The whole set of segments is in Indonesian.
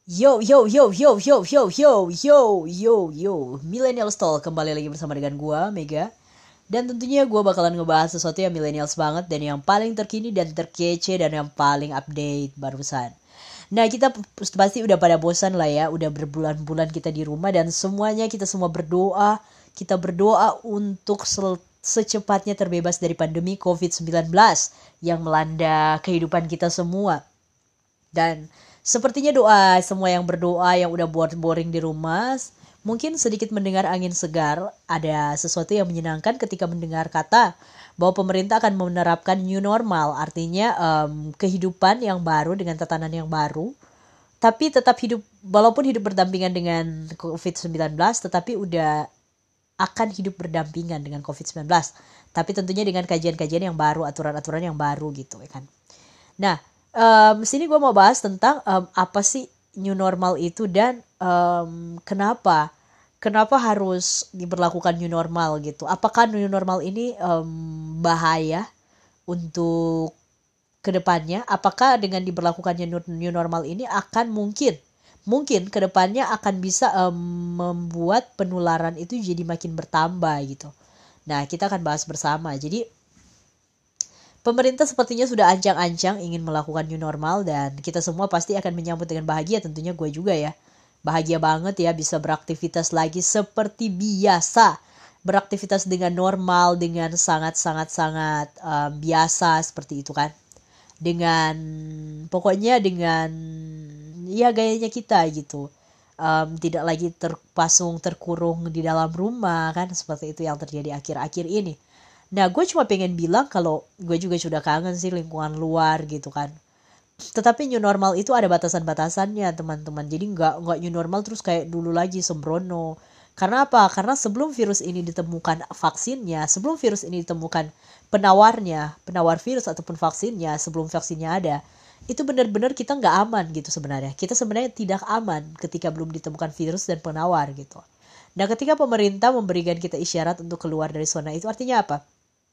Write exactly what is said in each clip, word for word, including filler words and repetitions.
Yo yo yo yo yo yo yo yo yo yo Millennial Talk kembali lagi bersama dengan gua Mega. Dan tentunya gua bakalan ngebahas sesuatu yang millennials banget dan yang paling terkini dan terkece dan yang paling update barusan. Nah, kita pasti udah pada bosan lah ya, udah berbulan-bulan kita di rumah dan semuanya kita semua berdoa, kita berdoa untuk sel- secepatnya terbebas dari pandemi covid sembilan belas yang melanda kehidupan kita semua. Dan sepertinya doa semua yang berdoa yang udah buat boring di rumah, mungkin sedikit mendengar angin segar, ada sesuatu yang menyenangkan ketika mendengar kata bahwa pemerintah akan menerapkan new normal, artinya um, kehidupan yang baru dengan tatanan yang baru, tapi tetap hidup, walaupun hidup berdampingan dengan covid sembilan belas, tetapi udah akan hidup berdampingan dengan covid sembilan belas. Tapi tentunya dengan kajian-kajian yang baru, aturan-aturan yang baru gitu ya kan. Nah, um, sini gue mau bahas tentang um, apa sih new normal itu dan um, kenapa kenapa harus diberlakukan new normal gitu. Apakah new normal ini um, bahaya untuk kedepannya? Apakah dengan diberlakukannya new, new normal ini akan mungkin mungkin kedepannya akan bisa um, membuat penularan itu jadi makin bertambah gitu. Nah, kita akan bahas bersama. Jadi pemerintah sepertinya sudah ancang-ancang ingin melakukan new normal dan kita semua pasti akan menyambut dengan bahagia, tentunya gue juga ya. Bahagia banget ya bisa beraktivitas lagi seperti biasa. Beraktivitas dengan normal, dengan sangat-sangat-sangat um, biasa seperti itu kan. Dengan, pokoknya dengan ya gayanya kita gitu. Um, tidak lagi terpasung, terkurung di dalam rumah kan. Seperti itu yang terjadi akhir-akhir ini. Nah, gue cuma pengen bilang kalau gue juga sudah kangen sih lingkungan luar gitu kan. Tetapi new normal itu ada batasan-batasannya teman-teman. Jadi nggak nggak new normal terus kayak dulu lagi sembrono. Karena apa? Karena sebelum virus ini ditemukan vaksinnya, sebelum virus ini ditemukan penawarnya, penawar virus ataupun vaksinnya, sebelum vaksinnya ada, itu benar-benar kita nggak aman gitu sebenarnya. Kita sebenarnya tidak aman ketika belum ditemukan virus dan penawar gitu. Nah, ketika pemerintah memberikan kita isyarat untuk keluar dari zona itu artinya apa?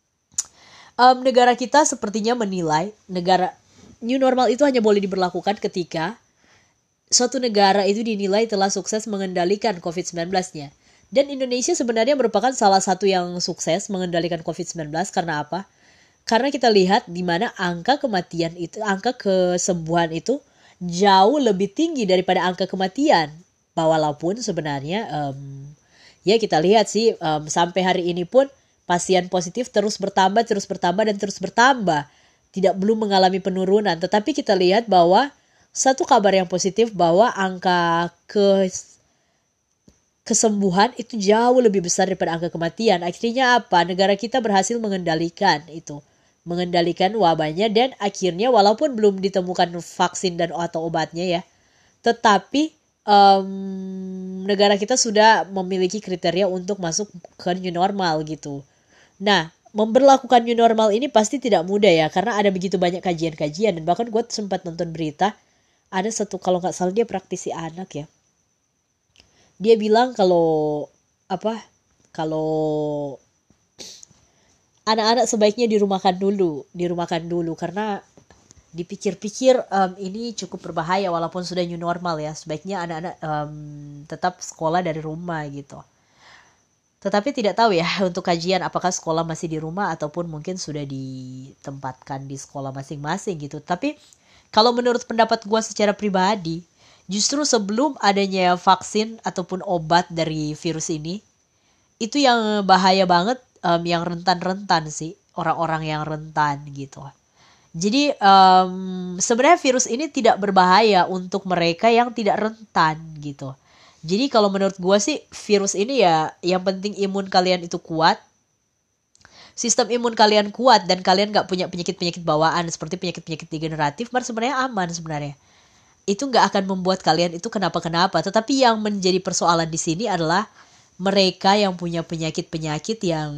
Um, negara kita sepertinya menilai negara new normal itu hanya boleh diberlakukan ketika suatu negara itu dinilai telah sukses mengendalikan covid sembilan belas-nya. Dan Indonesia sebenarnya merupakan salah satu yang sukses mengendalikan covid sembilan belas karena apa? Karena kita lihat di mana angka kematian itu, angka kesembuhan itu jauh lebih tinggi daripada angka kematian. Walaupun sebenarnya um, ya kita lihat sih um, sampai hari ini pun pasien positif terus bertambah, terus bertambah, dan terus bertambah. Tidak belum mengalami penurunan. Tetapi kita lihat bahwa satu kabar yang positif bahwa angka ke, kesembuhan itu jauh lebih besar daripada angka kematian. Akhirnya apa? Negara kita berhasil mengendalikan itu. Mengendalikan wabahnya dan akhirnya walaupun belum ditemukan vaksin dan atau obatnya ya. Tetapi um, negara kita sudah memiliki kriteria untuk masuk ke new normal gitu. Nah, memberlakukan new normal ini pasti tidak mudah ya, karena ada begitu banyak kajian-kajian dan bahkan gue sempat nonton berita, ada satu kalau nggak salah dia praktisi anak ya, dia bilang kalau apa, kalau anak-anak sebaiknya dirumahkan dulu, dirumahkan dulu karena dipikir-pikir um, ini cukup berbahaya walaupun sudah new normal ya, sebaiknya anak-anak um, tetap sekolah dari rumah gitu. Tetapi tidak tahu ya untuk kajian apakah sekolah masih di rumah ataupun mungkin sudah ditempatkan di sekolah masing-masing gitu. Tapi kalau menurut pendapat gue secara pribadi, justru sebelum adanya vaksin ataupun obat dari virus ini, itu yang bahaya banget, um, yang rentan-rentan sih, orang-orang yang rentan gitu. Jadi um, sebenarnya virus ini tidak berbahaya untuk mereka yang tidak rentan gitu. Jadi kalau menurut gue sih virus ini ya yang penting imun kalian itu kuat. Sistem imun kalian kuat dan kalian gak punya penyakit-penyakit bawaan seperti penyakit-penyakit degeneratif, mar sebenarnya aman sebenarnya. Itu gak akan membuat kalian itu kenapa-kenapa. Tetapi yang menjadi persoalan di sini adalah mereka yang punya penyakit-penyakit yang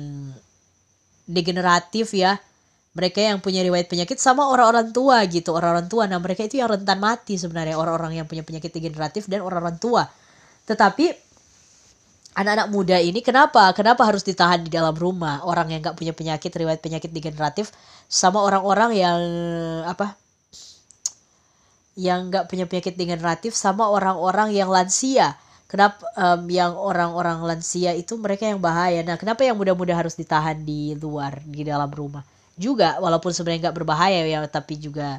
degeneratif ya. Mereka yang punya riwayat penyakit sama orang-orang tua gitu. Orang-orang tua, nah mereka itu yang rentan mati sebenarnya. Orang-orang yang punya penyakit degeneratif dan orang-orang tua. Tetapi anak-anak muda ini kenapa? Kenapa harus ditahan di dalam rumah? Orang yang gak punya penyakit, riwayat penyakit degeneratif sama orang-orang yang apa yang nggak punya penyakit degeneratif sama orang-orang yang lansia. Kenapa um, yang orang-orang lansia itu mereka yang bahaya. Nah, kenapa yang muda-muda harus ditahan di luar, di dalam rumah? Juga, walaupun sebenarnya nggak berbahaya ya, tapi juga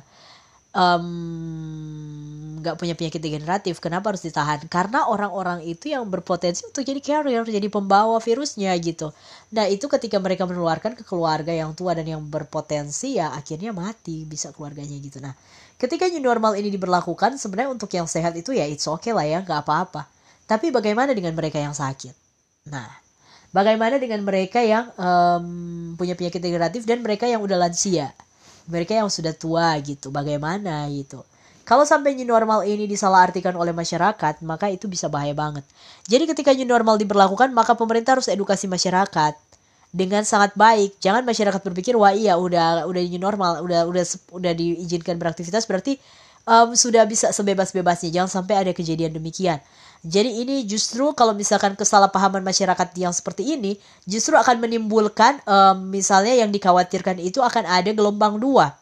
um, nggak punya penyakit degeneratif. Kenapa harus ditahan? Karena orang-orang itu yang berpotensi untuk jadi carrier, jadi pembawa virusnya gitu. Nah, itu ketika mereka menularkan ke keluarga yang tua dan yang berpotensi, ya akhirnya mati bisa keluarganya gitu. Nah, ketika new normal ini diberlakukan, sebenarnya untuk yang sehat itu ya it's okay lah ya, nggak apa-apa. Tapi bagaimana dengan mereka yang sakit? Nah, bagaimana dengan mereka yang um, punya penyakit degeneratif dan mereka yang udah lansia? Mereka yang sudah tua gitu, bagaimana gitu? Kalau sampai new normal ini disalahartikan oleh masyarakat, maka itu bisa bahaya banget. Jadi ketika new normal diberlakukan, maka pemerintah harus edukasi masyarakat dengan sangat baik. Jangan masyarakat berpikir, wah iya udah udah new normal, udah udah udah diizinkan beraktivitas, berarti um, sudah bisa sebebas-bebasnya. Jangan sampai ada kejadian demikian. Jadi ini justru kalau misalkan kesalahpahaman masyarakat yang seperti ini, justru akan menimbulkan um, misalnya yang dikhawatirkan itu akan ada gelombang dua.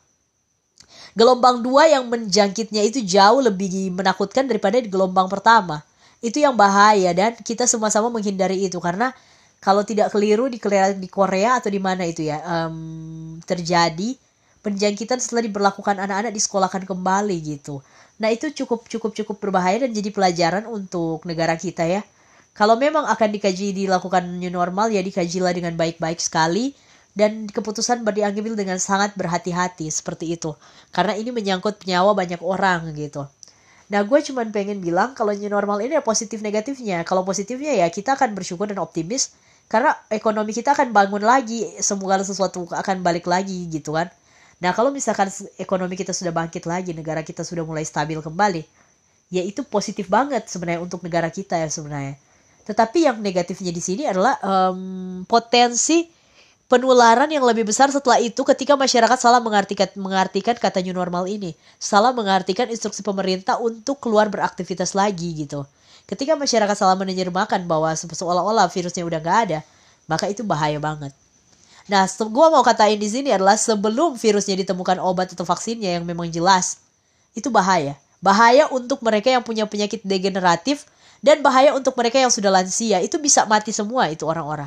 Gelombang dua yang menjangkitnya itu jauh lebih menakutkan daripada di gelombang pertama. Itu yang bahaya dan kita sama-sama menghindari itu. Karena kalau tidak keliru di Korea, di Korea atau di mana itu ya um, terjadi penjangkitan setelah diberlakukan anak-anak disekolahkan kembali gitu. Nah itu cukup cukup cukup berbahaya dan jadi pelajaran untuk negara kita ya. Kalau memang akan dikaji dilakukan new normal ya dikajilah dengan baik-baik sekali dan keputusan diambil dengan sangat berhati-hati seperti itu. Karena ini menyangkut nyawa banyak orang gitu. Nah gue cuma pengen bilang kalau new normal ini ada positif negatifnya. Kalau positifnya ya kita akan bersyukur dan optimis karena ekonomi kita akan bangun lagi, segala sesuatu akan balik lagi gitu kan. Nah kalau misalkan ekonomi kita sudah bangkit lagi, negara kita sudah mulai stabil kembali, ya itu positif banget sebenarnya untuk negara kita ya sebenarnya. Tetapi yang negatifnya di sini adalah um, potensi penularan yang lebih besar setelah itu ketika masyarakat salah mengartikan, mengartikan kata new normal ini. Salah mengartikan instruksi pemerintah untuk keluar beraktivitas lagi gitu. Ketika masyarakat salah menerjemahkan bahwa seolah-olah virusnya udah gak ada, maka itu bahaya banget. Nah, gue mau katain di sini adalah sebelum virusnya ditemukan obat atau vaksinnya yang memang jelas, itu bahaya. Bahaya untuk mereka yang punya penyakit degeneratif dan bahaya untuk mereka yang sudah lansia. Itu bisa mati semua itu orang-orang.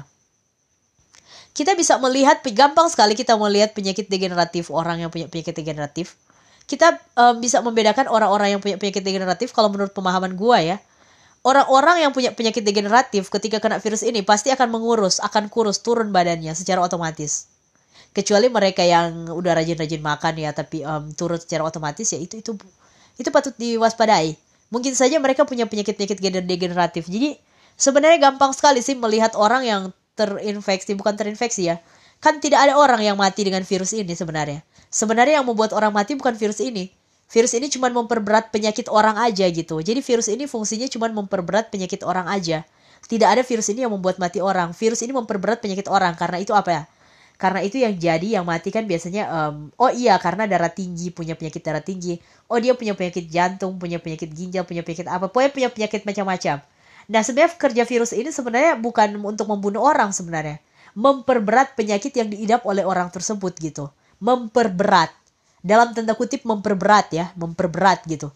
Kita bisa melihat, gampang sekali kita melihat penyakit degeneratif, orang yang punya penyakit degeneratif. Kita um, bisa membedakan orang-orang yang punya penyakit degeneratif kalau menurut pemahaman gue ya. Orang-orang yang punya penyakit degeneratif ketika kena virus ini pasti akan mengurus, akan kurus, turun badannya secara otomatis. Kecuali mereka yang udah rajin-rajin makan ya, tapi um, turun secara otomatis ya itu itu itu patut diwaspadai. Mungkin saja mereka punya penyakit-penyakit degeneratif. Jadi sebenarnya gampang sekali sih melihat orang yang terinfeksi, bukan terinfeksi ya. Kan tidak ada orang yang mati dengan virus ini sebenarnya. Sebenarnya yang membuat orang mati bukan virus ini. Virus ini cuma memperberat penyakit orang aja gitu. Jadi virus ini fungsinya cuma memperberat penyakit orang aja. Tidak ada virus ini yang membuat mati orang. Virus ini memperberat penyakit orang. Karena itu apa ya? Karena itu yang jadi yang mati kan biasanya, um, oh iya karena darah tinggi, punya penyakit darah tinggi. Oh dia punya penyakit jantung, punya penyakit ginjal, punya penyakit apa. Pokoknya punya penyakit macam-macam. Nah sebenarnya kerja virus ini sebenarnya bukan untuk membunuh orang sebenarnya. Memperberat penyakit yang diidap oleh orang tersebut gitu. Memperberat. Dalam tanda kutip memperberat ya, memperberat gitu.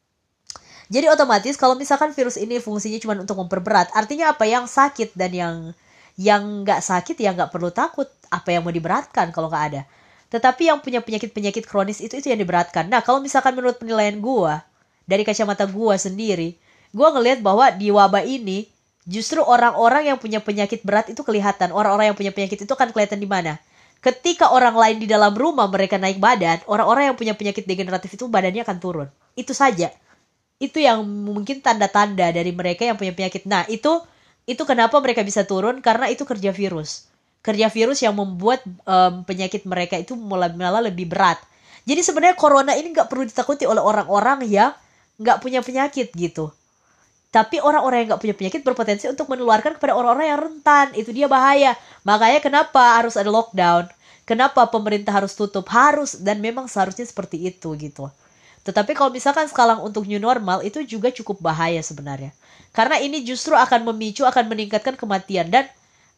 Jadi otomatis kalau misalkan virus ini fungsinya cuma untuk memperberat, artinya apa yang sakit dan yang yang nggak sakit ya nggak perlu takut apa yang mau diberatkan kalau nggak ada. Tetapi yang punya penyakit-penyakit kronis itu itu yang diberatkan. Nah kalau misalkan menurut penilaian gue, dari kacamata gue sendiri, gue ngelihat bahwa di wabah ini justru orang-orang yang punya penyakit berat itu kelihatan. Orang-orang yang punya penyakit itu kan kelihatan di mana? Ketika orang lain di dalam rumah mereka naik badan, orang-orang yang punya penyakit degeneratif itu badannya akan turun. Itu saja. Itu yang mungkin tanda-tanda dari mereka yang punya penyakit. Nah, itu itu kenapa mereka bisa turun? Karena itu kerja virus. Kerja virus yang membuat um, penyakit mereka itu malah lebih berat. Jadi sebenarnya corona ini nggak perlu ditakuti oleh orang-orang yang nggak punya penyakit gitu. Tapi orang-orang yang nggak punya penyakit berpotensi untuk menularkan kepada orang-orang yang rentan. Itu dia bahaya. Makanya kenapa harus ada lockdown? Kenapa pemerintah harus tutup? Harus dan memang seharusnya seperti itu gitu. Tetapi kalau misalkan sekarang untuk new normal itu juga cukup bahaya sebenarnya. Karena ini justru akan memicu, akan meningkatkan kematian. Dan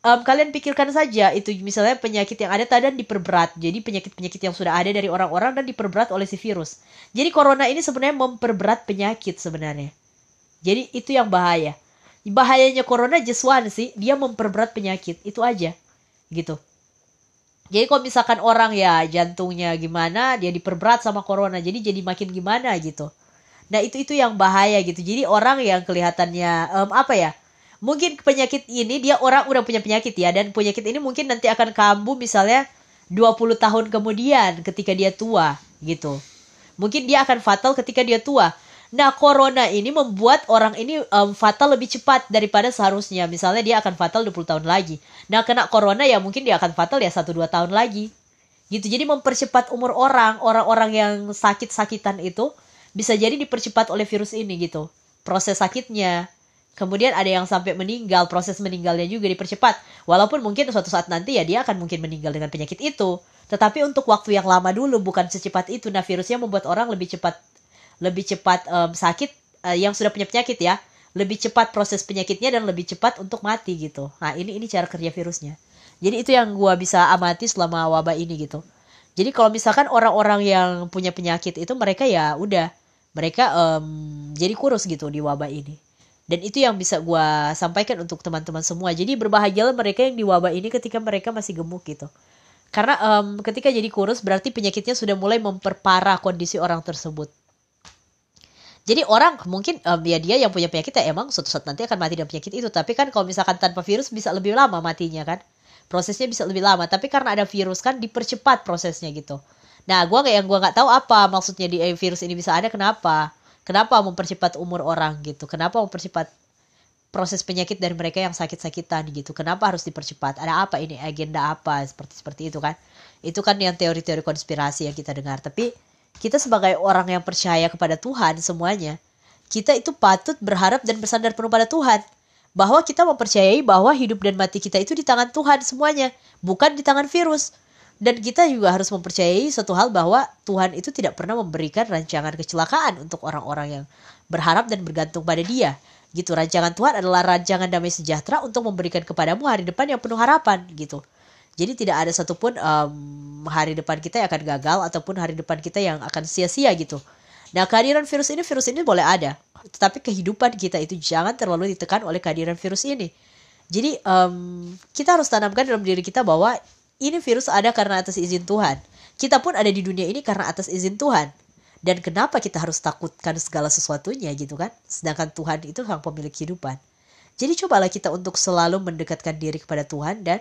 um, kalian pikirkan saja itu misalnya penyakit yang ada dan diperberat. Jadi penyakit-penyakit yang sudah ada dari orang-orang dan diperberat oleh si virus. Jadi corona ini sebenarnya memperberat penyakit sebenarnya. Jadi itu yang bahaya. Bahayanya corona just one sih, dia memperberat penyakit, itu aja. Gitu. Jadi kalau misalkan orang ya jantungnya gimana, dia diperberat sama corona, jadi jadi makin gimana gitu. Nah itu itu yang bahaya gitu. Jadi orang yang kelihatannya um, apa ya? Mungkin penyakit ini dia orang udah punya penyakit ya, dan penyakit ini mungkin nanti akan kambuh misalnya dua puluh tahun kemudian ketika dia tua gitu. Mungkin dia akan fatal ketika dia tua. Nah, corona ini membuat orang ini um, fatal lebih cepat daripada seharusnya. Misalnya dia akan fatal dua puluh tahun lagi. Nah, kena corona ya mungkin dia akan fatal ya satu dua tahun lagi. Gitu. Jadi mempercepat umur orang, orang-orang yang sakit-sakitan itu bisa jadi dipercepat oleh virus ini gitu. Proses sakitnya. Kemudian ada yang sampai meninggal, proses meninggalnya juga dipercepat. Walaupun mungkin suatu saat nanti ya dia akan mungkin meninggal dengan penyakit itu. Tetapi untuk waktu yang lama dulu, bukan secepat itu. Nah, virusnya membuat orang lebih cepat lebih cepat um, sakit uh, yang sudah punya penyakit ya, lebih cepat proses penyakitnya dan lebih cepat untuk mati gitu. Nah ini ini cara kerja virusnya. Jadi itu yang gua bisa amati selama wabah ini gitu. Jadi kalau misalkan orang-orang yang punya penyakit itu mereka ya udah mereka um, jadi kurus gitu di wabah ini. Dan itu yang bisa gua sampaikan untuk teman-teman semua. Jadi berbahagialah mereka yang di wabah ini ketika mereka masih gemuk gitu. Karena um, ketika jadi kurus berarti penyakitnya sudah mulai memperparah kondisi orang tersebut. Jadi orang mungkin um, ya dia yang punya penyakit ya emang suatu saat nanti akan mati dengan penyakit itu. Tapi kan kalau misalkan tanpa virus bisa lebih lama matinya kan. Prosesnya bisa lebih lama. Tapi karena ada virus kan dipercepat prosesnya gitu. Nah gua yang gua nggak tahu apa maksudnya di eh, virus ini bisa ada kenapa. Kenapa mempercepat umur orang gitu. Kenapa mempercepat proses penyakit dari mereka yang sakit-sakitan gitu. Kenapa harus dipercepat. Ada apa ini agenda apa seperti seperti itu kan. Itu kan yang teori-teori konspirasi yang kita dengar. Tapi kita sebagai orang yang percaya kepada Tuhan semuanya, kita itu patut berharap dan bersandar penuh pada Tuhan. Bahwa kita mempercayai bahwa hidup dan mati kita itu di tangan Tuhan semuanya, bukan di tangan virus. Dan kita juga harus mempercayai satu hal bahwa Tuhan itu tidak pernah memberikan rancangan kecelakaan untuk orang-orang yang berharap dan bergantung pada Dia. Gitu, rancangan Tuhan adalah rancangan damai sejahtera untuk memberikan kepadamu hari depan yang penuh harapan gitu. Jadi tidak ada satupun um, hari depan kita yang akan gagal ataupun hari depan kita yang akan sia-sia gitu. Nah kehadiran virus ini, virus ini boleh ada. Tetapi kehidupan kita itu jangan terlalu ditekan oleh kehadiran virus ini. Jadi um, kita harus tanamkan dalam diri kita bahwa ini virus ada karena atas izin Tuhan. Kita pun ada di dunia ini karena atas izin Tuhan. Dan kenapa kita harus takutkan segala sesuatunya gitu kan. Sedangkan Tuhan itu sang pemilik kehidupan. Jadi cobalah kita untuk selalu mendekatkan diri kepada Tuhan dan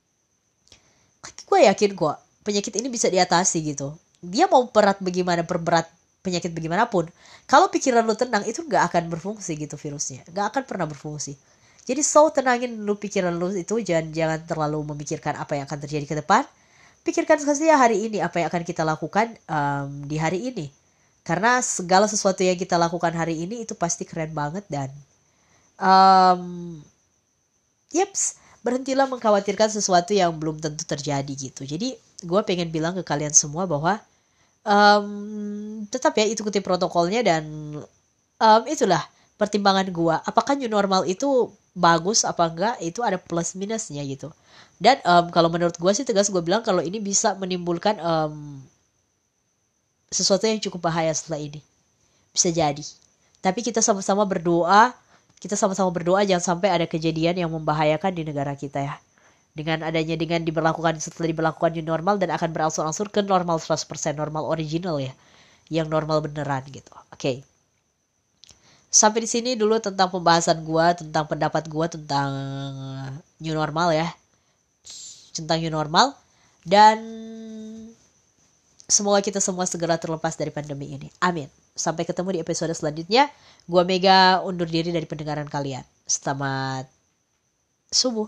gue yakin kok penyakit ini bisa diatasi gitu. Dia mau berat bagaimana, berberat penyakit bagaimanapun, kalau pikiran lu tenang itu gak akan berfungsi gitu virusnya. Gak akan pernah berfungsi. Jadi so tenangin lu pikiran lu itu. Jangan, jangan terlalu memikirkan apa yang akan terjadi ke depan. Pikirkan saja hari ini apa yang akan kita lakukan um, di hari ini. Karena segala sesuatu yang kita lakukan hari ini itu pasti keren banget. Dan um, yeps berhentilah mengkhawatirkan sesuatu yang belum tentu terjadi gitu. Jadi gue pengen bilang ke kalian semua bahwa um, tetap ya ikuti protokolnya dan um, itulah pertimbangan gue. Apakah new normal itu bagus apa enggak, itu ada plus minusnya gitu. Dan um, kalau menurut gue sih tegas gue bilang kalau ini bisa menimbulkan um, sesuatu yang cukup bahaya setelah ini. Bisa jadi. Tapi kita sama-sama berdoa. Kita sama-sama berdoa jangan sampai ada kejadian yang membahayakan di negara kita ya. Dengan adanya, dengan diberlakukan, setelah diberlakukan new normal dan akan berangsur-angsur ke normal seratus persen, normal original ya. Yang normal beneran gitu. Oke. Okay. Sampai di sini dulu tentang pembahasan gua, tentang pendapat gua tentang new normal ya. Tentang new normal. Dan semoga kita semua segera terlepas dari pandemi ini. Amin. Sampai ketemu di episode selanjutnya. Gua Mega undur diri dari pendengaran kalian. Selamat subuh.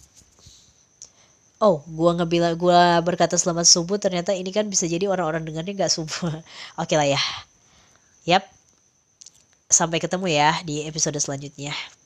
Oh, gua ngebilang, gua berkata selamat subuh. Ternyata ini kan bisa jadi orang-orang dengarnya nggak subuh. Oke lah ya. Yap. Sampai ketemu ya di episode selanjutnya.